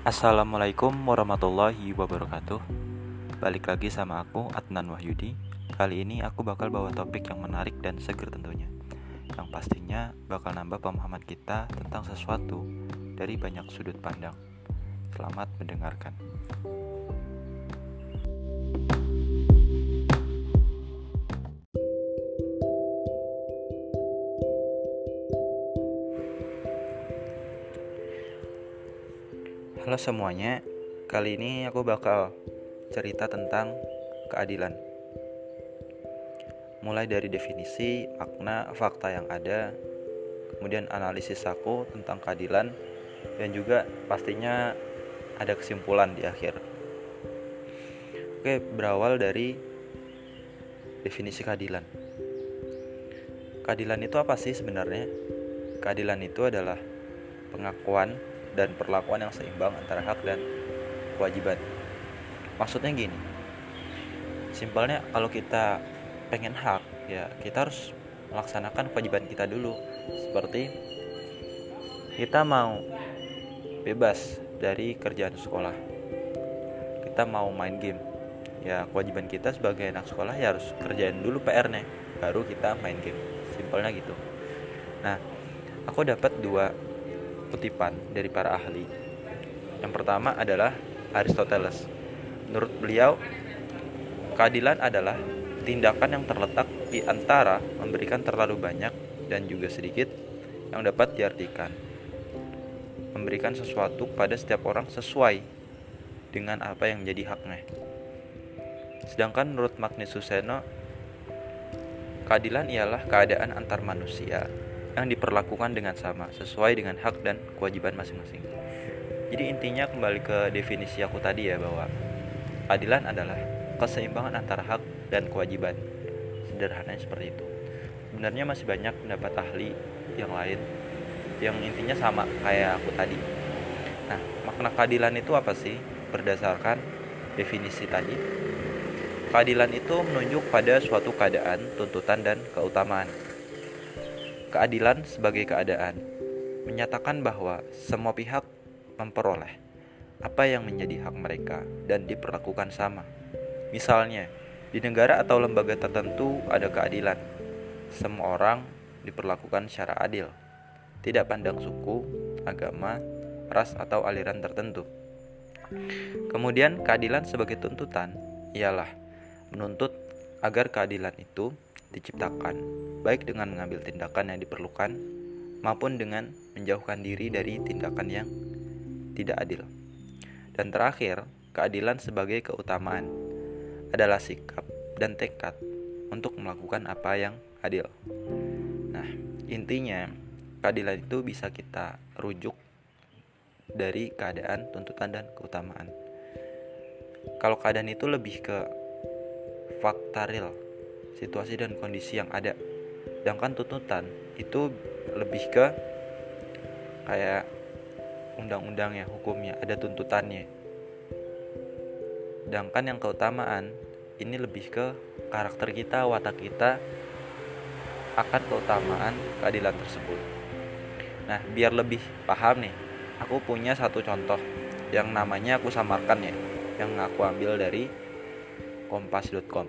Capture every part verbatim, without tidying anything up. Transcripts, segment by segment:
Assalamualaikum warahmatullahi wabarakatuh. Balik lagi sama aku, Adnan Wahyudi. Kali ini aku bakal bawa topik yang menarik dan seger tentunya, yang pastinya bakal nambah pemahaman kita tentang sesuatu dari banyak sudut pandang. Selamat mendengarkan. Halo semuanya, kali ini aku bakal cerita tentang keadilan. Mulai dari definisi, makna, fakta yang ada, kemudian analisis aku tentang keadilan, dan juga pastinya ada kesimpulan di akhir. Oke, berawal dari definisi keadilan. Keadilan itu apa sih sebenarnya? Keadilan itu adalah pengakuan dan perlakuan yang seimbang antara hak dan kewajiban. Maksudnya gini, simpelnya kalau kita pengen hak, ya kita harus melaksanakan kewajiban kita dulu. Seperti kita mau bebas dari kerjaan sekolah, kita mau main game, ya kewajiban kita sebagai anak sekolah ya harus kerjain dulu P R-nya, baru kita main game. Simpelnya gitu. Nah, aku dapat dua kutipan dari para ahli. Yang pertama adalah Aristoteles. Menurut beliau, keadilan adalah tindakan yang terletak di antara memberikan terlalu banyak dan juga sedikit yang dapat diartikan. Memberikan sesuatu kepada setiap orang sesuai dengan apa yang menjadi haknya. Sedangkan menurut Magnus Suseno, keadilan ialah keadaan antar manusia yang diperlakukan dengan sama sesuai dengan hak dan kewajiban masing-masing. Jadi intinya kembali ke definisi aku tadi ya, bahwa keadilan adalah keseimbangan antara hak dan kewajiban. Sederhananya seperti itu. Sebenarnya masih banyak pendapat ahli yang lain yang intinya sama kayak aku tadi. Nah, makna keadilan itu apa sih? Berdasarkan definisi tadi, keadilan itu menunjuk pada suatu keadaan, tuntutan, dan keutamaan. Keadilan sebagai keadaan menyatakan bahwa semua pihak memperoleh apa yang menjadi hak mereka dan diperlakukan sama. Misalnya, di negara atau lembaga tertentu ada keadilan. Semua orang diperlakukan secara adil, tidak pandang suku, agama, ras, atau aliran tertentu. Kemudian keadilan sebagai tuntutan ialah menuntut agar keadilan itu diciptakan, baik dengan mengambil tindakan yang diperlukan maupun dengan menjauhkan diri dari tindakan yang tidak adil. Dan terakhir, keadilan sebagai keutamaan adalah sikap dan tekad untuk melakukan apa yang adil. Nah, intinya keadilan itu bisa kita rujuk dari keadaan, tuntutan, dan keutamaan. Kalau keadaan itu lebih ke fakta real, situasi dan kondisi yang ada. Sedangkan tuntutan itu lebih ke kayak undang-undangnya, hukumnya, ada tuntutannya. Sedangkan yang keutamaan ini lebih ke karakter kita, watak kita akan keutamaan keadilan tersebut. Nah, biar lebih paham nih, aku punya satu contoh yang namanya aku samarkan ya, yang aku ambil dari kompas dot com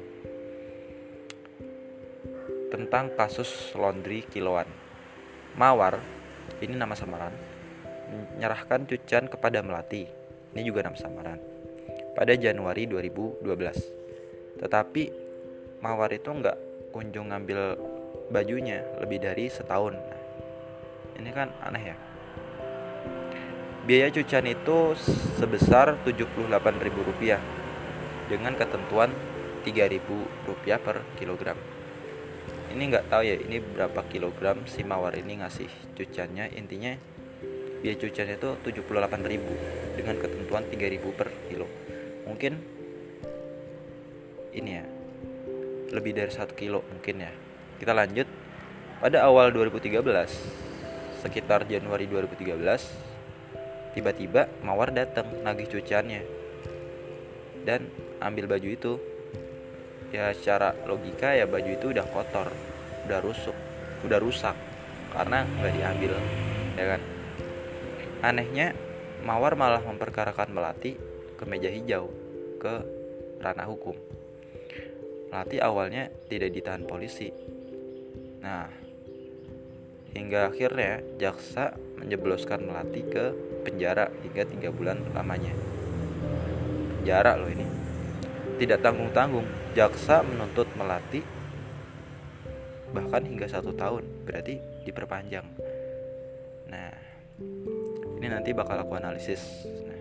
tentang kasus laundry kiloan. Mawar, ini nama samaran, menyerahkan cucian kepada Melati, ini juga nama samaran, pada Januari dua ribu dua belas. Tetapi Mawar itu nggak kunjung ngambil bajunya lebih dari setahun. Nah, ini kan aneh ya. Biaya cucian itu sebesar tujuh puluh delapan ribu rupiah dengan ketentuan tiga ribu rupiah per kilogram. Ini nggak tahu ya ini berapa kilogram si Mawar ini ngasih cuciannya. Intinya biaya cuciannya itu tujuh puluh delapan ribu dengan ketentuan tiga ribu per kilo. Mungkin ini ya lebih dari satu kilo mungkin ya. Kita lanjut. Pada awal dua ribu tiga belas, sekitar Januari dua ribu tiga belas, tiba-tiba Mawar datang nagih cuciannya dan ambil baju itu. Ya secara logika ya baju itu udah kotor, udah rusuk, udah rusak karena nggak diambil, ya kan. Anehnya Mawar malah memperkarakan Melati ke meja hijau, ke ranah hukum. Melati awalnya tidak ditahan polisi. Nah, hingga akhirnya jaksa menjebloskan Melati ke penjara hingga tiga bulan lamanya. Penjara loh ini. Tidak tanggung-tanggung, jaksa menuntut Melati bahkan hingga satu tahun, berarti diperpanjang. Nah, ini nanti bakal aku analisis. Nah,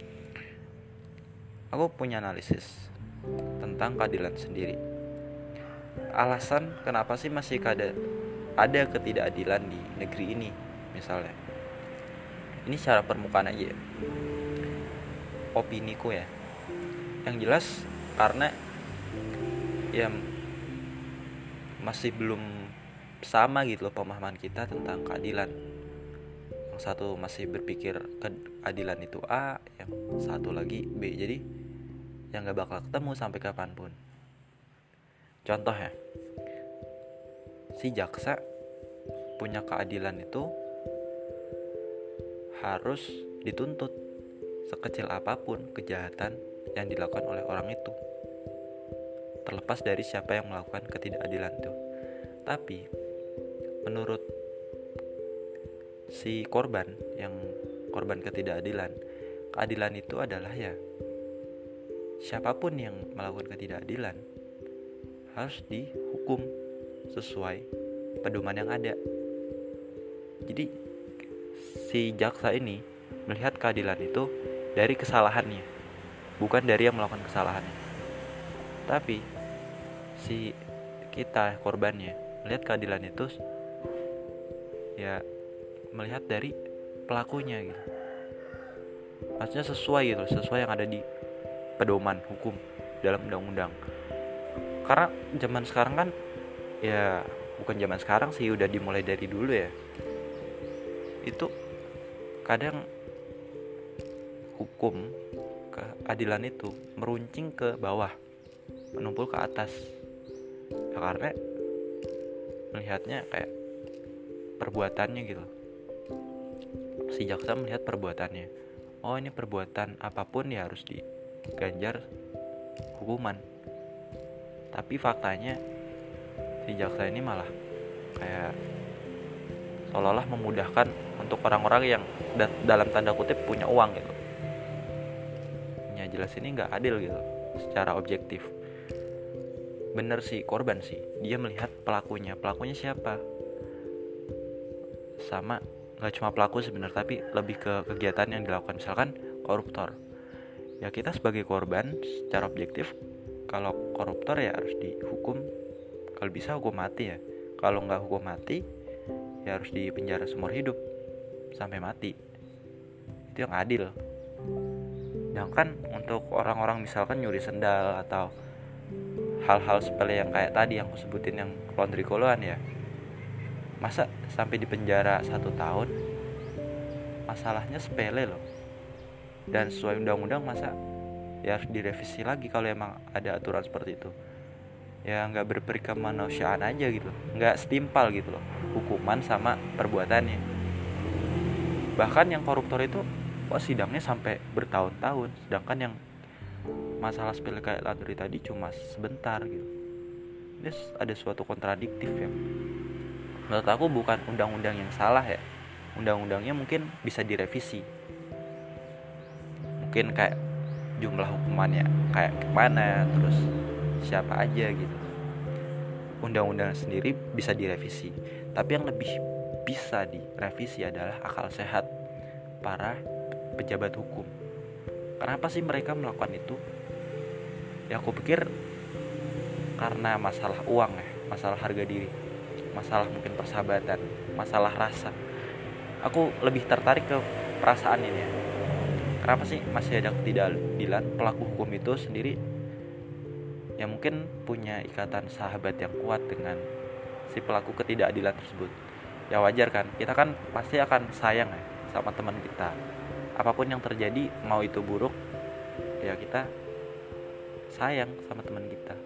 aku punya analisis tentang keadilan sendiri. Alasan kenapa sih masih ada ada ketidakadilan di negeri ini, misalnya. Ini secara permukaan aja, opiniku ya. Yang jelas karena ya masih belum sama gitu loh pemahaman kita tentang keadilan. Yang satu masih berpikir keadilan itu A, yang satu lagi B. Jadi yang gak bakal ketemu sampai kapanpun. Contoh ya, si jaksa punya keadilan itu harus dituntut sekecil apapun kejahatan yang dilakukan oleh orang itu, terlepas dari siapa yang melakukan ketidakadilan itu. Tapi menurut si korban, yang korban ketidakadilan, keadilan itu adalah ya siapapun yang melakukan ketidakadilan harus dihukum sesuai pedoman yang ada. Jadi si jaksa ini melihat keadilan itu dari kesalahannya, bukan dari yang melakukan kesalahannya. Tapi si kita korbannya melihat keadilan itu ya melihat dari pelakunya gitu. Maksudnya sesuai gitu, sesuai yang ada di pedoman hukum dalam undang-undang. Karena zaman sekarang kan ya bukan zaman sekarang sih, udah dimulai dari dulu ya. Itu kadang hukum keadilan itu meruncing ke bawah, menumpul ke atas. Ya, karena melihatnya kayak perbuatannya gitu. Si jaksa melihat perbuatannya. Oh, ini perbuatan apapun ya harus diganjar hukuman. Tapi faktanya si jaksa ini malah kayak seolah-olah memudahkan untuk orang-orang yang da- dalam tanda kutip punya uang gitu. Ya jelas ini gak adil gitu secara objektif. Bener sih korban sih, dia melihat pelakunya. Pelakunya siapa? Sama, gak cuma pelaku sebenarnya, tapi lebih ke kegiatan yang dilakukan. Misalkan koruptor, ya kita sebagai korban secara objektif, kalau koruptor ya harus dihukum, kalau bisa hukum mati ya. Kalau gak hukum mati ya harus dipenjara seumur hidup sampai mati. Itu yang adil. Sedangkan untuk orang-orang misalkan nyuri sendal atau hal-hal sepele yang kayak tadi yang aku sebutin, yang laundry koloan ya, masa sampai di penjara satu tahun? Masalahnya sepele loh. Dan sesuai undang-undang masa ya harus direvisi lagi kalau emang ada aturan seperti itu. Ya gak berperi kemanusiaan aja gitu, gak setimpal gitu loh hukuman sama perbuatannya. Bahkan yang koruptor itu kok sidangnya sampai bertahun-tahun, sedangkan yang masalah sepele kayak laundry tadi cuma sebentar gitu. Ini ada suatu kontradiktif ya. Menurut aku bukan undang-undang yang salah ya, undang-undangnya mungkin bisa direvisi. Mungkin kayak jumlah hukumannya kayak gimana, terus siapa aja gitu. Undang-undang sendiri bisa direvisi, tapi yang lebih bisa direvisi adalah akal sehat para pejabat hukum. Kenapa sih mereka melakukan itu? Ya aku pikir karena masalah uang ya, masalah harga diri, masalah mungkin persahabatan, masalah rasa. Aku lebih tertarik ke perasaan ini ya. Kenapa sih masih ada ketidakadilan? Pelaku hukum itu sendiri ya mungkin punya ikatan sahabat yang kuat dengan si pelaku ketidakadilan tersebut. Ya wajar kan, kita kan pasti akan sayang ya sama teman kita. Apapun yang terjadi, mau itu buruk, ya kita sayang sama teman kita.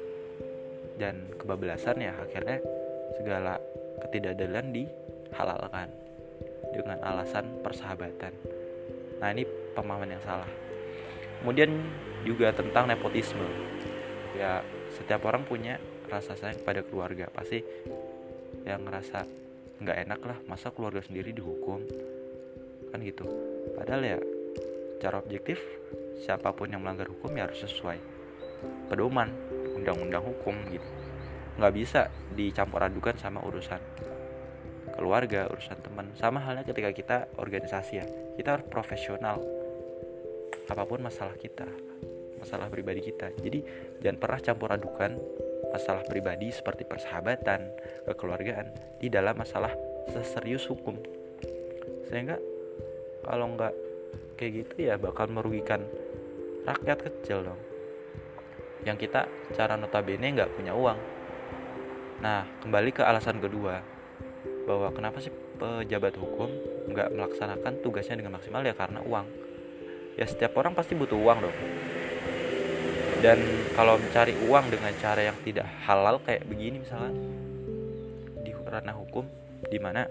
Dan kebablasan ya akhirnya segala ketidakadilan dihalalkan dengan alasan persahabatan. Nah, ini pemahaman yang salah. Kemudian juga tentang nepotisme. Ya, setiap orang punya rasa sayang kepada keluarga. Pasti yang ngerasa nggak enak lah, masa keluarga sendiri dihukum, kan gitu. Padahal ya secara objektif siapapun yang melanggar hukum ya harus sesuai pedoman undang-undang hukum gitu. Nggak bisa dicampur adukan sama urusan keluarga, urusan teman. Sama halnya ketika kita organisasi ya, kita harus profesional apapun masalah kita, masalah pribadi kita. Jadi jangan pernah campur adukan masalah pribadi seperti persahabatan, kekeluargaan di dalam masalah seserius hukum. Sehingga kalau nggak kayak gitu ya bakal merugikan rakyat kecil dong, yang kita secara notabene nggak punya uang. Nah, kembali ke alasan kedua, bahwa kenapa sih pejabat hukum nggak melaksanakan tugasnya dengan maksimal, ya karena uang. Ya setiap orang pasti butuh uang dong. Dan kalau mencari uang dengan cara yang tidak halal kayak begini misalnya di ranah hukum, di mana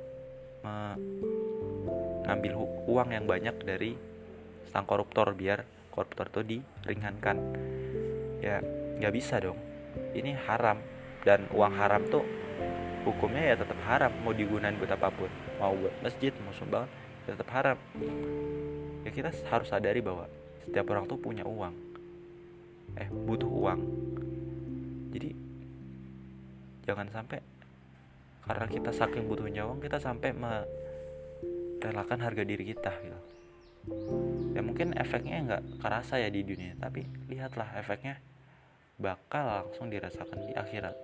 mengambil uang yang banyak dari sang koruptor biar koruptor itu diringankan, ya nggak bisa dong. Ini haram, dan uang haram tuh hukumnya ya tetap haram, mau digunain buat apapun, mau buat masjid, mau sumbangan, ya tetap haram. Ya kita harus sadari bahwa setiap orang tuh punya uang, eh butuh uang. Jadi jangan sampai karena kita saking butuhnya uang, kita sampai merelakan harga diri kita gitu. Ya mungkin efeknya nggak kerasa ya di dunia, tapi lihatlah efeknya bakal langsung dirasakan di akhirat.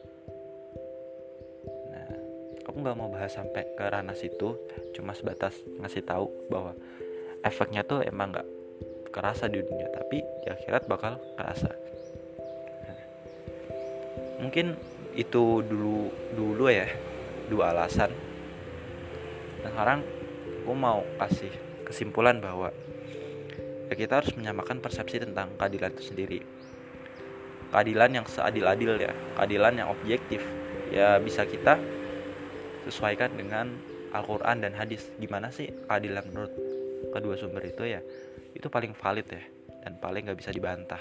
Nah, aku nggak mau bahas sampai ke ranah situ, cuma sebatas ngasih tahu bahwa efeknya tuh emang nggak kerasa di dunia, tapi di akhirat bakal kerasa. Nah, mungkin itu dulu dulu ya dua alasan. Dan sekarang aku mau kasih kesimpulan bahwa ya kita harus menyamakan persepsi tentang keadilan itu sendiri. Keadilan yang seadil-adil ya, keadilan yang objektif. Ya bisa kita sesuaikan dengan Al-Quran dan hadis. Gimana sih keadilan menurut kedua sumber itu ya? Itu paling valid ya, dan paling gak bisa dibantah.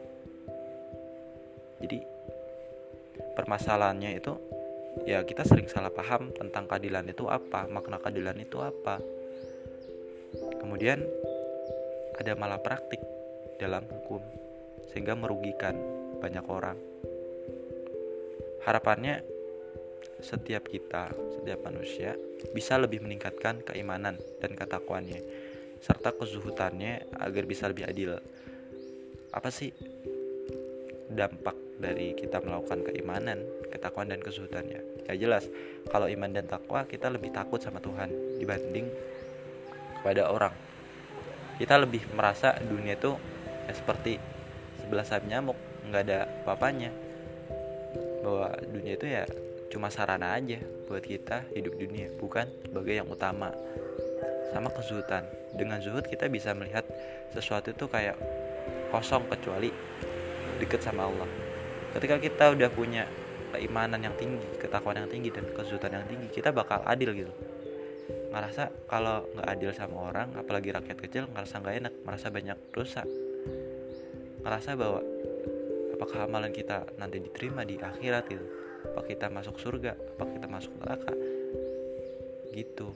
Jadi permasalahannya itu ya kita sering salah paham tentang keadilan itu apa, makna keadilan itu apa. Kemudian ada malah praktik dalam hukum sehingga merugikan banyak orang. Harapannya setiap kita, setiap manusia bisa lebih meningkatkan keimanan dan ketakwaannya serta kezuhudannya agar bisa lebih adil. Apa sih dampak dari kita melakukan keimanan, ketakwaan dan kezuhudannya? Ya jelas, kalau iman dan takwa kita lebih takut sama Tuhan dibanding kepada orang. Kita lebih merasa dunia itu ya seperti sebelah sayap nyamuk, nggak ada apa-apanya. Bahwa dunia itu ya cuma sarana aja buat kita hidup dunia, bukan sebagai yang utama. Sama kezuhudan, dengan zuhud kita bisa melihat sesuatu itu kayak kosong kecuali dekat sama Allah. Ketika kita udah punya keimanan yang tinggi, ketakwaan yang tinggi, dan kezuhudan yang tinggi, kita bakal adil gitu. Ngerasa kalau gak adil sama orang, apalagi rakyat kecil, ngerasa gak enak, merasa banyak dosa, ngerasa bahwa apakah amalan kita nanti diterima di akhirat gitu, apa kita masuk surga, apa kita masuk neraka gitu.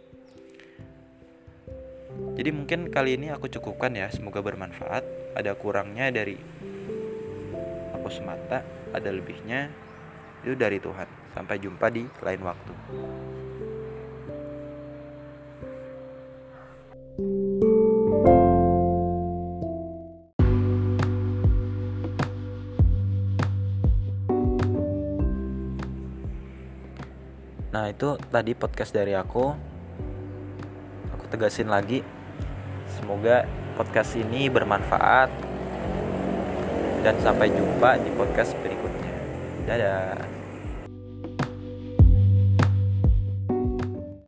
Jadi mungkin kali ini aku cukupkan ya, semoga bermanfaat. Ada kurangnya dari aku semata, ada lebihnya itu dari Tuhan. Sampai jumpa di lain waktu. Nah, itu tadi podcast dari aku. Aku tegasin lagi, semoga podcast ini bermanfaat, dan sampai jumpa di podcast berikutnya. Dadah.